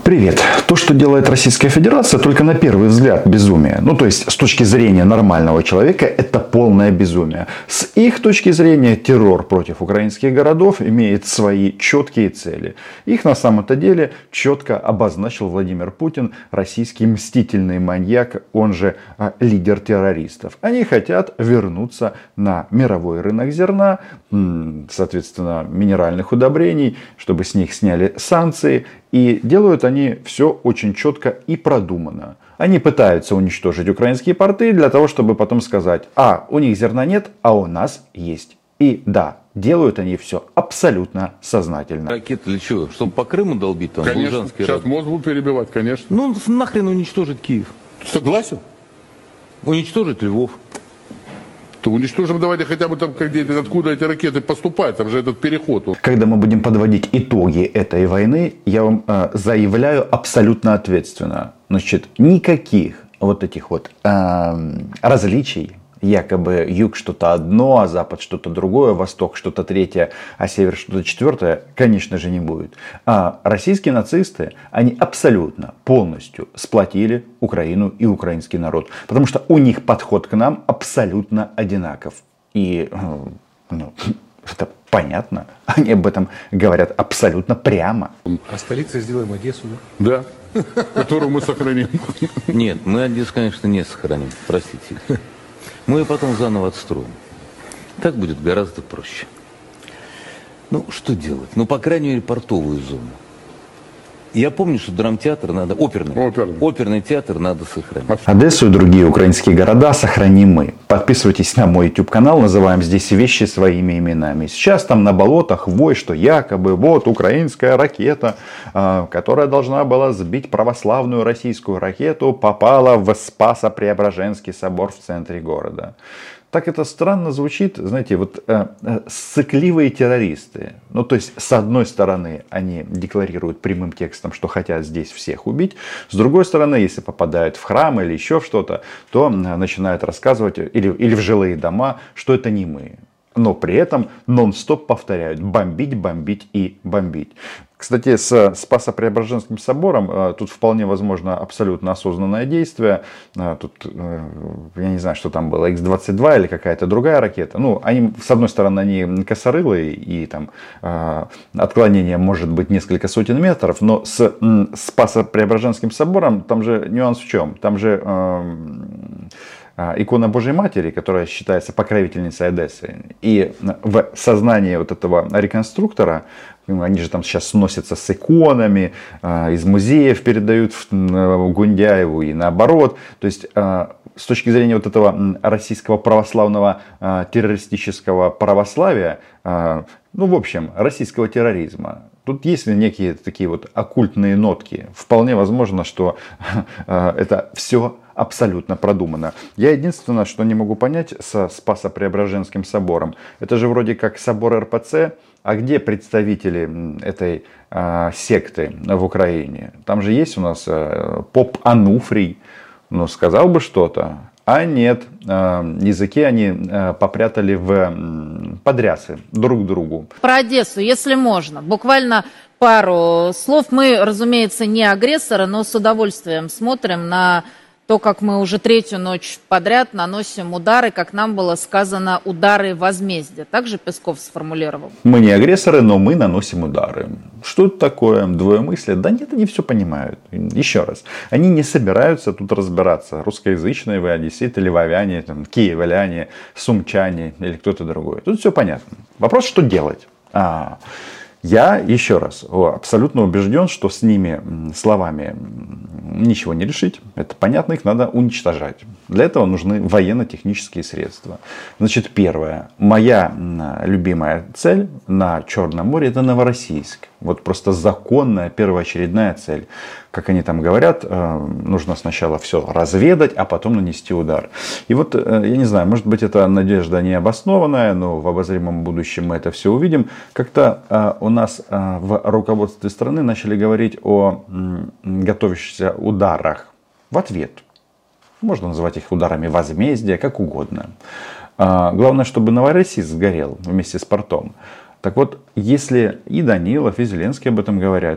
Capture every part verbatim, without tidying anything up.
Привет. То, что делает Российская Федерация, только на первый взгляд безумие. Ну, то есть, с точки зрения нормального человека, это полное безумие. С их точки зрения, террор против украинских городов имеет свои четкие цели. Их на самом-то деле четко обозначил Владимир Путин, российский мстительный маньяк, он же а, лидер террористов. Они хотят вернуться на мировой рынок зерна, соответственно, минеральных удобрений, чтобы с них сняли санкции. И делают они все очень четко и продуманно. Они пытаются уничтожить украинские порты для того, чтобы потом сказать: а, у них зерна нет, а у нас есть. И да, делают они все абсолютно сознательно. Ракеты для чего? Чтобы по Крыму долбить там? Конечно, сейчас рад... мозг будут перебивать, конечно. Ну нахрен уничтожить Киев? Согласен. Уничтожить Львов. То уничтожим, давайте хотя бы там, где, откуда эти ракеты поступают, там же этот переход. Когда мы будем подводить итоги этой войны, я вам э, заявляю абсолютно ответственно. Значит, никаких вот этих вот э, различий, якобы юг что-то одно, а запад что-то другое, восток что-то третье, а север что-то четвертое, конечно же, не будет. А российские нацисты, они абсолютно полностью сплотили Украину и украинский народ. Потому что у них подход к нам абсолютно одинаков. И ну, это понятно. Они об этом говорят абсолютно прямо. А столицей сделаем Одессу, да? Да, которую мы сохраним. Нет, мы Одессу, конечно, не сохраним, простите. Мы ее потом заново отстроим. Так будет гораздо проще. Ну, что делать? Ну, по крайней мере, портовую зону. Я помню, что драмтеатр надо... Оперный. Оперный. Оперный театр надо сохранить. Одессу и другие украинские города сохраним мы. Подписывайтесь на мой YouTube канал, называем здесь вещи своими именами. Сейчас там на болотах вой, что якобы вот украинская ракета, которая должна была сбить православную российскую ракету, попала в Спасо-Преображенский собор в центре города. Так это странно звучит, знаете, вот э, э, сыкливые террористы. Ну, то есть, с одной стороны, они декларируют прямым текстом, что хотят здесь всех убить. С другой стороны, если попадают в храм или еще в что-то, то э, начинают рассказывать, или, или в жилые дома, что это не мы. Но при этом нон-стоп повторяют: бомбить, бомбить и бомбить. Кстати, с Спасо-Преображенским собором тут вполне возможно абсолютно осознанное действие. Тут, я не знаю, что там было, икс двадцать два или какая-то другая ракета. Ну, они, с одной стороны, они косорылые, и там отклонение может быть несколько сотен метров. Но с Спасо-Преображенским собором там же нюанс в чем? Там же икона Божьей Матери, которая считается покровительницей Одессы. И в сознании вот этого реконструктора, они же там сейчас сносятся с иконами, из музеев передают в Гундяеву и наоборот. То есть, с точки зрения вот этого российского православного террористического православия, ну, в общем, российского терроризма, тут есть некие такие вот оккультные нотки. Вполне возможно, что это все абсолютно продумано. Я единственное, что не могу понять со Спасо-Преображенским собором, это же вроде как собор эр пэ цэ, а где представители этой а, секты в Украине? Там же есть у нас а, поп Ануфрий, ну сказал бы что-то. А нет, языки они попрятали в подрясы друг к другу. Про Одессу, если можно, буквально пару слов. Мы, разумеется, не агрессоры, но с удовольствием смотрим на то, как мы уже третью ночь подряд наносим удары, как нам было сказано, удары возмездия. Так же Песков сформулировал. Мы не агрессоры, но мы наносим удары. Что это такое? Двоемыслие? Да нет, они все понимают. Еще раз. Они не собираются тут разбираться. Русскоязычные вы, одесситы, львовяне, там, киевляне, сумчане или кто-то другой. Тут все понятно. Вопрос, что делать? А, я еще раз абсолютно убежден, что с ними словами ничего не решить. Это понятно, их надо уничтожать. Для этого нужны военно-технические средства. Значит, первое. Моя любимая цель на Черном море — это Новороссийск. Вот просто законная первоочередная цель. Как они там говорят, нужно сначала все разведать, а потом нанести удар. И вот, я не знаю, может быть, это надежда необоснованная, но в обозримом будущем мы это все увидим. Как-то у нас в руководстве страны начали говорить о готовящихся ударах в ответ. Можно называть их ударами возмездия, как угодно. Главное, чтобы Новороссийск сгорел вместе с портом. Так вот, если и Данилов, и Зеленский об этом говорят,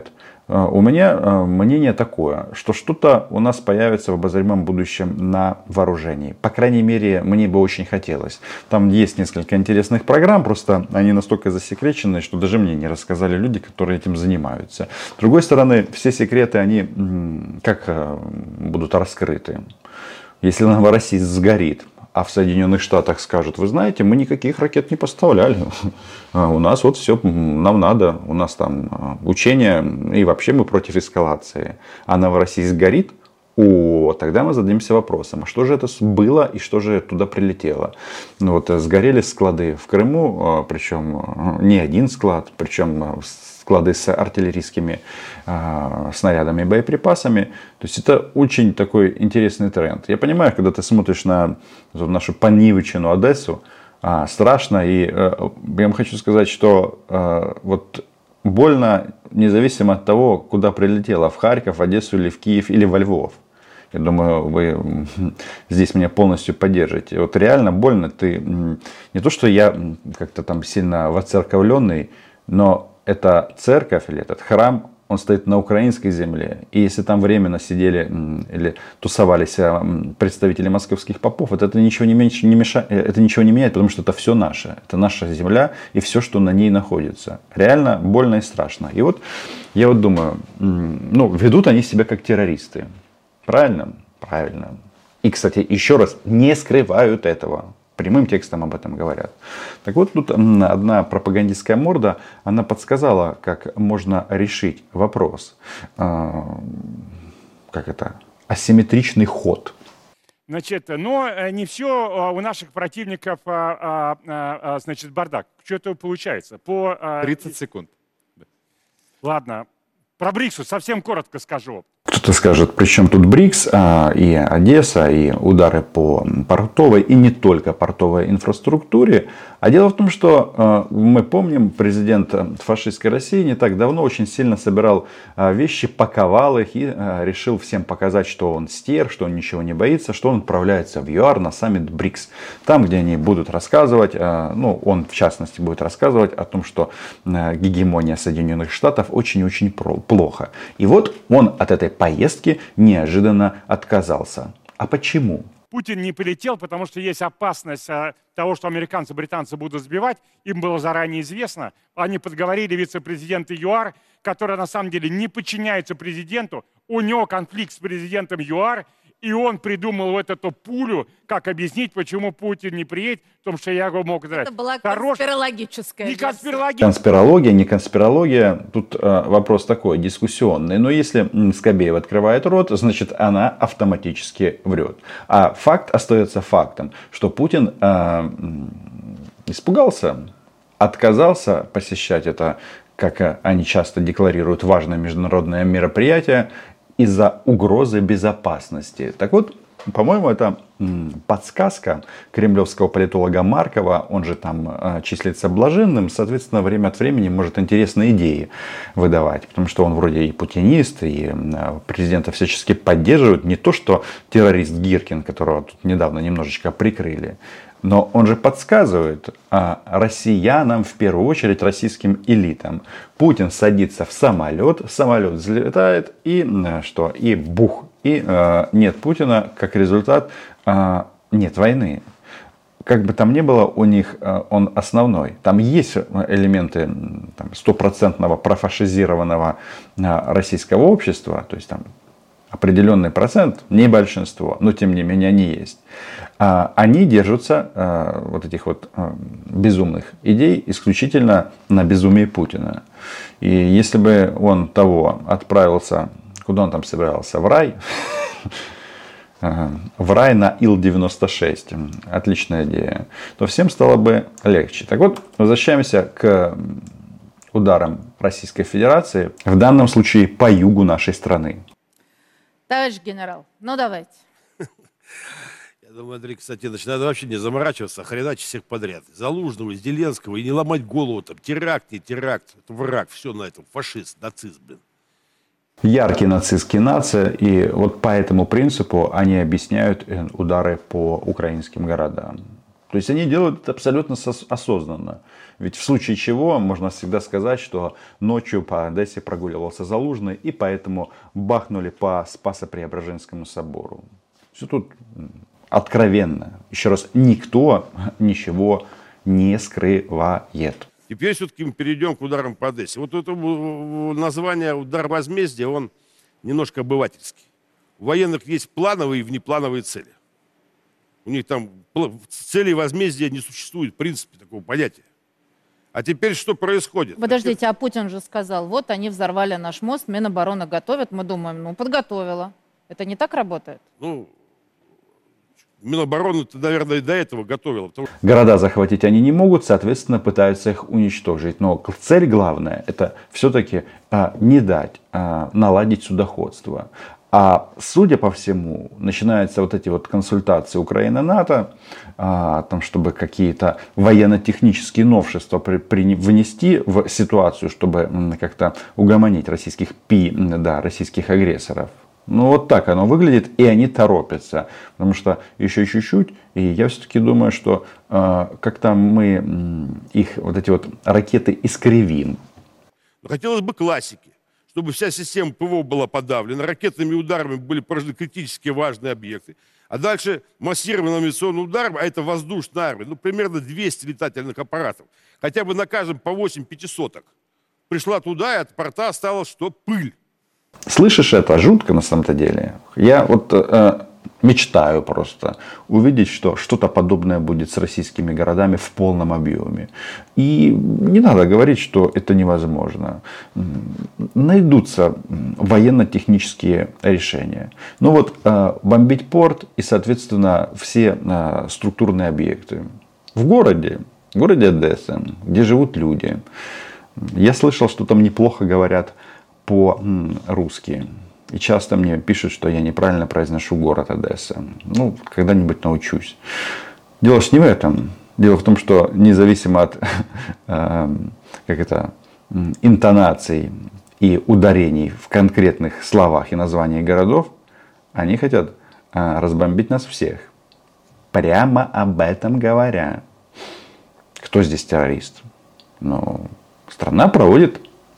У меня мнение такое, что что-то у нас появится в обозримом будущем на вооружении. По крайней мере, мне бы очень хотелось. Там есть несколько интересных программ, просто они настолько засекречены, что даже мне не рассказали люди, которые этим занимаются. С другой стороны, все секреты, они как будут раскрыты? Если Новороссийск сгорит, а в Соединенных Штатах скажут: вы знаете, мы никаких ракет не поставляли. У нас вот все, нам надо, у нас там учения, и вообще мы против эскалации. А Новороссийск горит, о, тогда мы зададимся вопросом, а что же это было и что же туда прилетело? Вот сгорели склады в Крыму, причем не один склад, причем склады с артиллерийскими э, снарядами и боеприпасами. То есть это очень такой интересный тренд. Я понимаю, когда ты смотришь на нашу понивеченную Одессу, э, страшно. И э, я вам хочу сказать, что э, вот больно независимо от того, куда прилетело, в Харьков, в Одессу или в Киев или во Львов. Я думаю, вы здесь меня полностью поддержите. Вот реально больно. Ты не то, что я как-то там сильно воцерковленный, но эта церковь или этот храм, он стоит на украинской земле. И если там временно сидели или тусовались представители московских попов, вот это ничего не, меньше, не мешает, это ничего не меняет, потому что это все наше. Это наша земля и все, что на ней находится. Реально больно и страшно. И вот я вот думаю, ну, ведут они себя как террористы. Правильно? Правильно. И, кстати, еще раз, не скрывают этого. Прямым текстом об этом говорят. Так вот, тут одна пропагандистская морда, она подсказала, как можно решить вопрос. Как это? Асимметричный ход. Значит, но не все у наших противников, значит, бардак. Что это получается? По... тридцать секунд. Ладно. Про БРИКСу совсем коротко скажу. Кто-то скажет, при чем тут БРИКС, а, и Одесса, и удары по портовой, и не только портовой инфраструктуре. А дело в том, что а, мы помним, президент фашистской России не так давно очень сильно собирал а, вещи, паковал их и а, решил всем показать, что он стер, что он ничего не боится, что он отправляется в ЮАР на саммит БРИКС. Там, где они будут рассказывать, а, ну, он в частности будет рассказывать о том, что а, гегемония Соединенных Штатов очень-очень плохо. И вот он от этой поездки неожиданно отказался. А почему? Путин не полетел, потому что есть опасность того, что американцы, британцы будут сбивать. Им было заранее известно. Они подговорили вице-президента ЮАР, который на самом деле не подчиняется президенту. У него конфликт с президентом ЮАР. И он придумал вот эту пулю, как объяснить, почему Путин не приедет, потому что я его мог... Это была Хорош... конспирологическая Не конспирология. Конспирология, не конспирология. Тут э, вопрос такой, дискуссионный. Но если Скобеев открывает рот, значит она автоматически врет. А факт остается фактом, что Путин э, испугался, отказался посещать это, как они часто декларируют, важное международное мероприятие, из-за угрозы безопасности. Так вот, по-моему, это подсказка кремлевского политолога Маркова, он же там э, числится блаженным, соответственно, время от времени может интересные идеи выдавать, потому что он вроде и путинист, и э, президента всячески поддерживает, не то что террорист Гиркин, которого тут недавно немножечко прикрыли, но он же подсказывает а, россиянам, в первую очередь российским элитам. Путин садится в самолет, самолет взлетает, и что? И бух. И а, нет Путина, как результат, а, нет войны. Как бы там ни было, у них а, он основной. Там есть элементы там, стопроцентного профашизированного а, российского общества, то есть там определенный процент, не большинство, но тем не менее они есть. Они держатся вот этих вот безумных идей исключительно на безумии Путина. И если бы он того отправился, куда он там собирался, в рай, в рай на Ил девяносто шесть, отличная идея, то всем стало бы легче. Так вот, возвращаемся к ударам Российской Федерации, в данном случае по югу нашей страны. Товарищ генерал, ну давайте. Я думаю, Андрей Константинович, надо вообще не заморачиваться, а хреначить всех подряд. Залужного, Зеленского, и не ломать голову там. Теракт, не теракт, это враг, все на этом, фашист, нацист, блин. Яркий нацистский нация, и вот по этому принципу они объясняют удары по украинским городам. То есть они делают это абсолютно осознанно. Ведь в случае чего можно всегда сказать, что ночью по Одессе прогуливался Залужный, и поэтому бахнули по Спасо-Преображенскому собору. Все тут откровенно. Еще раз, никто ничего не скрывает. Теперь все-таки мы перейдем к ударам по Одессе. Вот это название «Удар возмездия», он немножко обывательский. У военных есть плановые и внеплановые цели. У них там цели возмездия не существует, в принципе, такого понятия. А теперь что происходит? Подождите, а Путин же сказал, вот они взорвали наш мост, Минобороны готовят. Мы думаем, ну, подготовила. Это не так работает? Ну, Минобороны-то, наверное, и до этого готовила. Потому... Города захватить они не могут, соответственно, пытаются их уничтожить. Но цель главная, это все-таки а, не дать а, наладить судоходство. А судя по всему, начинаются вот эти вот консультации Украина-НАТО, а, там, чтобы какие-то военно-технические новшества при, при, внести в ситуацию, чтобы как-то угомонить российских пи, да, российских агрессоров. Ну вот так оно выглядит, и они торопятся. Потому что еще чуть-чуть, и я все-таки думаю, что э, как-то мы э, их вот эти вот ракеты искривим. Хотелось бы классики. Чтобы вся система ПВО была подавлена, ракетными ударами были поражены критически важные объекты. А дальше массированным авиационным ударом, а это воздушная армия, ну примерно двести летательных аппаратов, хотя бы на каждом по восемь пятисоток. Пришла туда, и от порта осталось что? Пыль. Слышишь это? Жутко на самом-то деле. Я вот э, мечтаю просто увидеть, что что-то подобное будет с российскими городами в полном объеме. И не надо говорить, что это невозможно. Найдутся военно-технические решения. Ну вот э, бомбить порт и, соответственно, все э, структурные объекты. В городе, в городе Одесса, где живут люди. Я слышал, что там неплохо говорят по-русски. И часто мне пишут, что я неправильно произношу город Одесса. Ну, когда-нибудь научусь. Дело ж не в этом. Дело в том, что независимо от э, как это, интонаций и ударений в конкретных словах и названиях городов, они хотят э, разбомбить нас всех. Прямо об этом говоря. Кто здесь террорист? Ну, страна проводит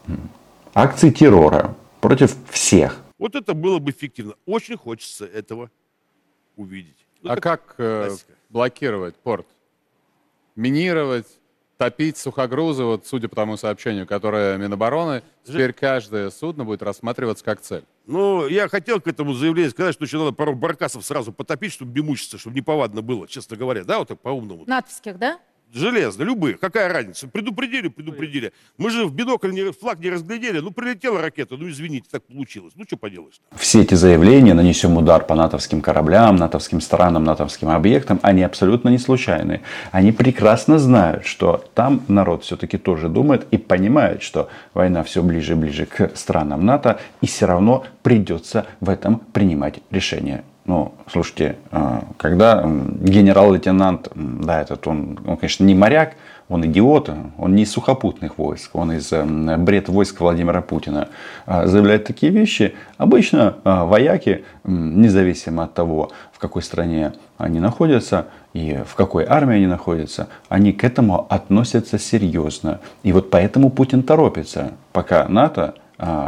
акции террора против всех. Вот это было бы эффективно. Очень хочется этого увидеть. Ну, а как э, блокировать порт? Минировать, топить сухогрузы, вот судя по тому сообщению, которое Минобороны, теперь каждое судно будет рассматриваться как цель. Ну, я хотел к этому заявлению сказать, что еще надо пару баркасов сразу потопить, чтобы бемучиться, чтобы неповадно было, честно говоря. Да, вот так по-умному. Натовских, да? Железно, любых. Какая разница? Предупредили, предупредили. Мы же в бинокль не, флаг не разглядели. Ну, прилетела ракета, ну, извините, так получилось. Ну, что поделаешь? Все эти заявления, нанесем удар по натовским кораблям, натовским странам, натовским объектам, они абсолютно не случайны. Они прекрасно знают, что там народ все-таки тоже думает и понимает, что война все ближе и ближе к странам НАТО, и все равно придется в этом принимать решение. Ну, слушайте, когда генерал-лейтенант, да, этот он, он, конечно, не моряк, он идиот, он не из сухопутных войск, он из бред войск Владимира Путина, заявляет такие вещи, обычно вояки, независимо от того, в какой стране они находятся и в какой армии они находятся, они к этому относятся серьезно. И вот поэтому Путин торопится, пока НАТО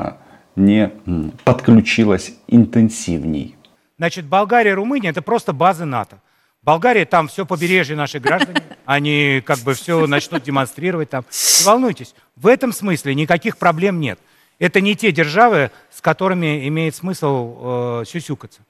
не подключилось интенсивней. Значит, Болгария и Румыния – это просто базы НАТО. Болгария, там все побережье наших граждане, они как бы все начнут демонстрировать там. Не волнуйтесь, в этом смысле никаких проблем нет. Это не те державы, с которыми имеет смысл э, сюсюкаться.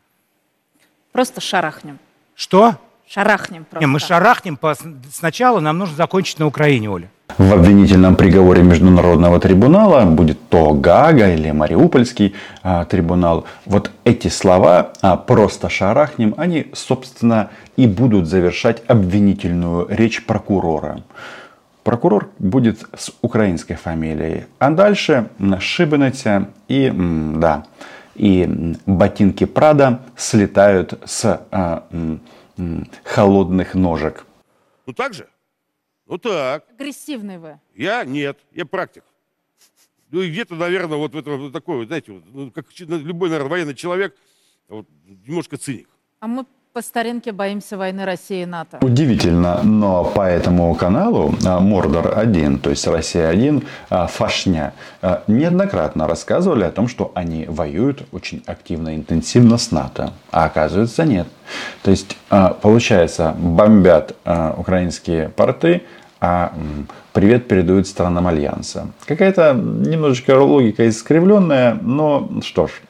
Просто шарахнем. Что? Шарахнем просто. Не, мы шарахнем, по... сначала нам нужно закончить на Украине, Оля. В обвинительном приговоре Международного трибунала, будет то Гаага или Мариупольский а, трибунал, вот эти слова а, «просто шарахнем», они, собственно, и будут завершать обвинительную речь прокурора. Прокурор будет с украинской фамилией, а дальше Шибениця и, да, и ботинки Прада слетают с а, м, холодных ножек. Ну так же? Ну так. Агрессивный вы. Я? Нет. Я практик. Ну и где-то, наверное, вот в этом вот такой, знаете, вот, ну, как любой, наверное, военный человек, вот, немножко циник. А мы по старинке боимся войны России и НАТО. Удивительно, но по этому каналу Мордор один, то есть Россия один, Фашня, неоднократно рассказывали о том, что они воюют очень активно и интенсивно с НАТО. А оказывается нет. То есть, получается, бомбят украинские порты, а привет передают странам Альянса. Какая-то немножечко логика искривленная, но что ж,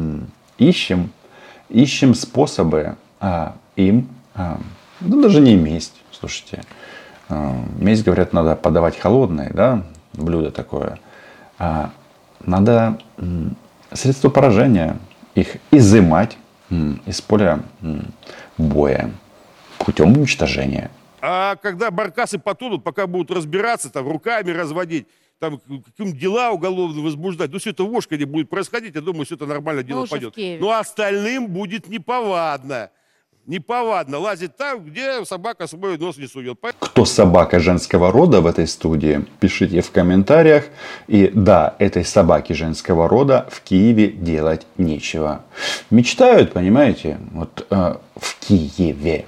ищем, ищем способы а, им, а, ну даже не месть, слушайте, а, месть, говорят, надо подавать холодное, да, блюдо такое, а, надо м, средства поражения, их изымать м, из поля м, боя путем уничтожения. А когда баркасы потонут, пока будут разбираться, там, руками разводить, там, каким дела уголовно возбуждать, ну, все это в Ошкаде будет происходить, я думаю, все это нормально дело уже пойдет. в Киеве. Но остальным будет неповадно. Неповадно лазить там, где собака свой нос не сует. Кто собака женского рода в этой студии, пишите в комментариях. И да, этой собаке женского рода в Киеве делать нечего. Мечтают, понимаете, вот э, в Киеве.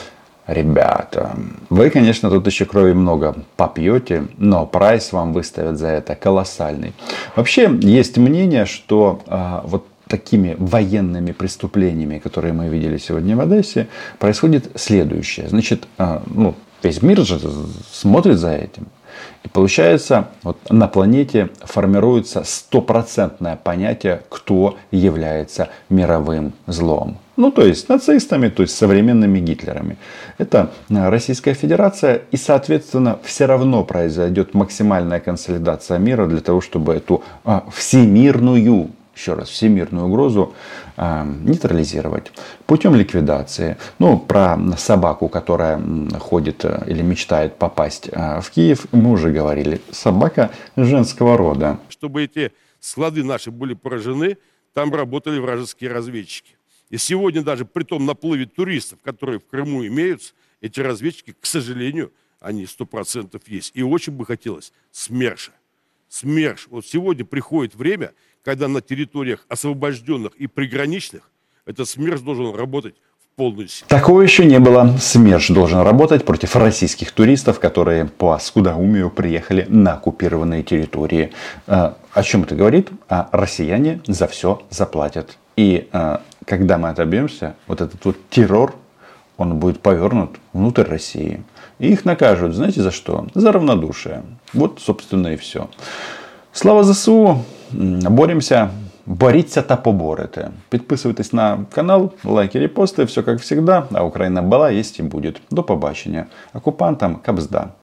Ребята, вы, конечно, тут еще крови много попьете, но прайс вам выставят за это колоссальный. Вообще, есть мнение, что э, вот такими военными преступлениями, которые мы видели сегодня в Одессе, происходит следующее. Значит, э, ну, весь мир же смотрит за этим. И получается, вот на планете формируется стопроцентное понятие, кто является мировым злом. Ну, то есть нацистами, то есть современными Гитлерами. Это Российская Федерация. И, соответственно, все равно произойдет максимальная консолидация мира для того, чтобы эту а, всемирную, еще раз, всемирную угрозу а, нейтрализировать путем ликвидации. Ну, про собаку, которая ходит или мечтает попасть а, в Киев, мы уже говорили. Собака женского рода. Чтобы эти склады наши были поражены, там работали вражеские разведчики. И сегодня даже при том наплыве туристов, которые в Крыму имеются, эти разведчики, к сожалению, они сто процентов есть. И очень бы хотелось СМЕРШа. СМЕРШ. Вот сегодня приходит время, когда на территориях освобожденных и приграничных этот СМЕРШ должен работать в полную силу. Такого еще не было. СМЕРШ должен работать против российских туристов, которые по скудоумию приехали на оккупированные территории. О чем это говорит? А россияне за все заплатят. И когда мы отобьемся, вот этот вот террор, он будет повернут внутрь России. И их накажут, знаете, за что? За равнодушие. Вот, собственно, и все. Слава ЗСУ! Боремся. Боріться та поборете. Підписуйтесь на канал, лайки, репости, все как всегда. А Україна була, есть и будет. До побачення. Оккупантам кабзда.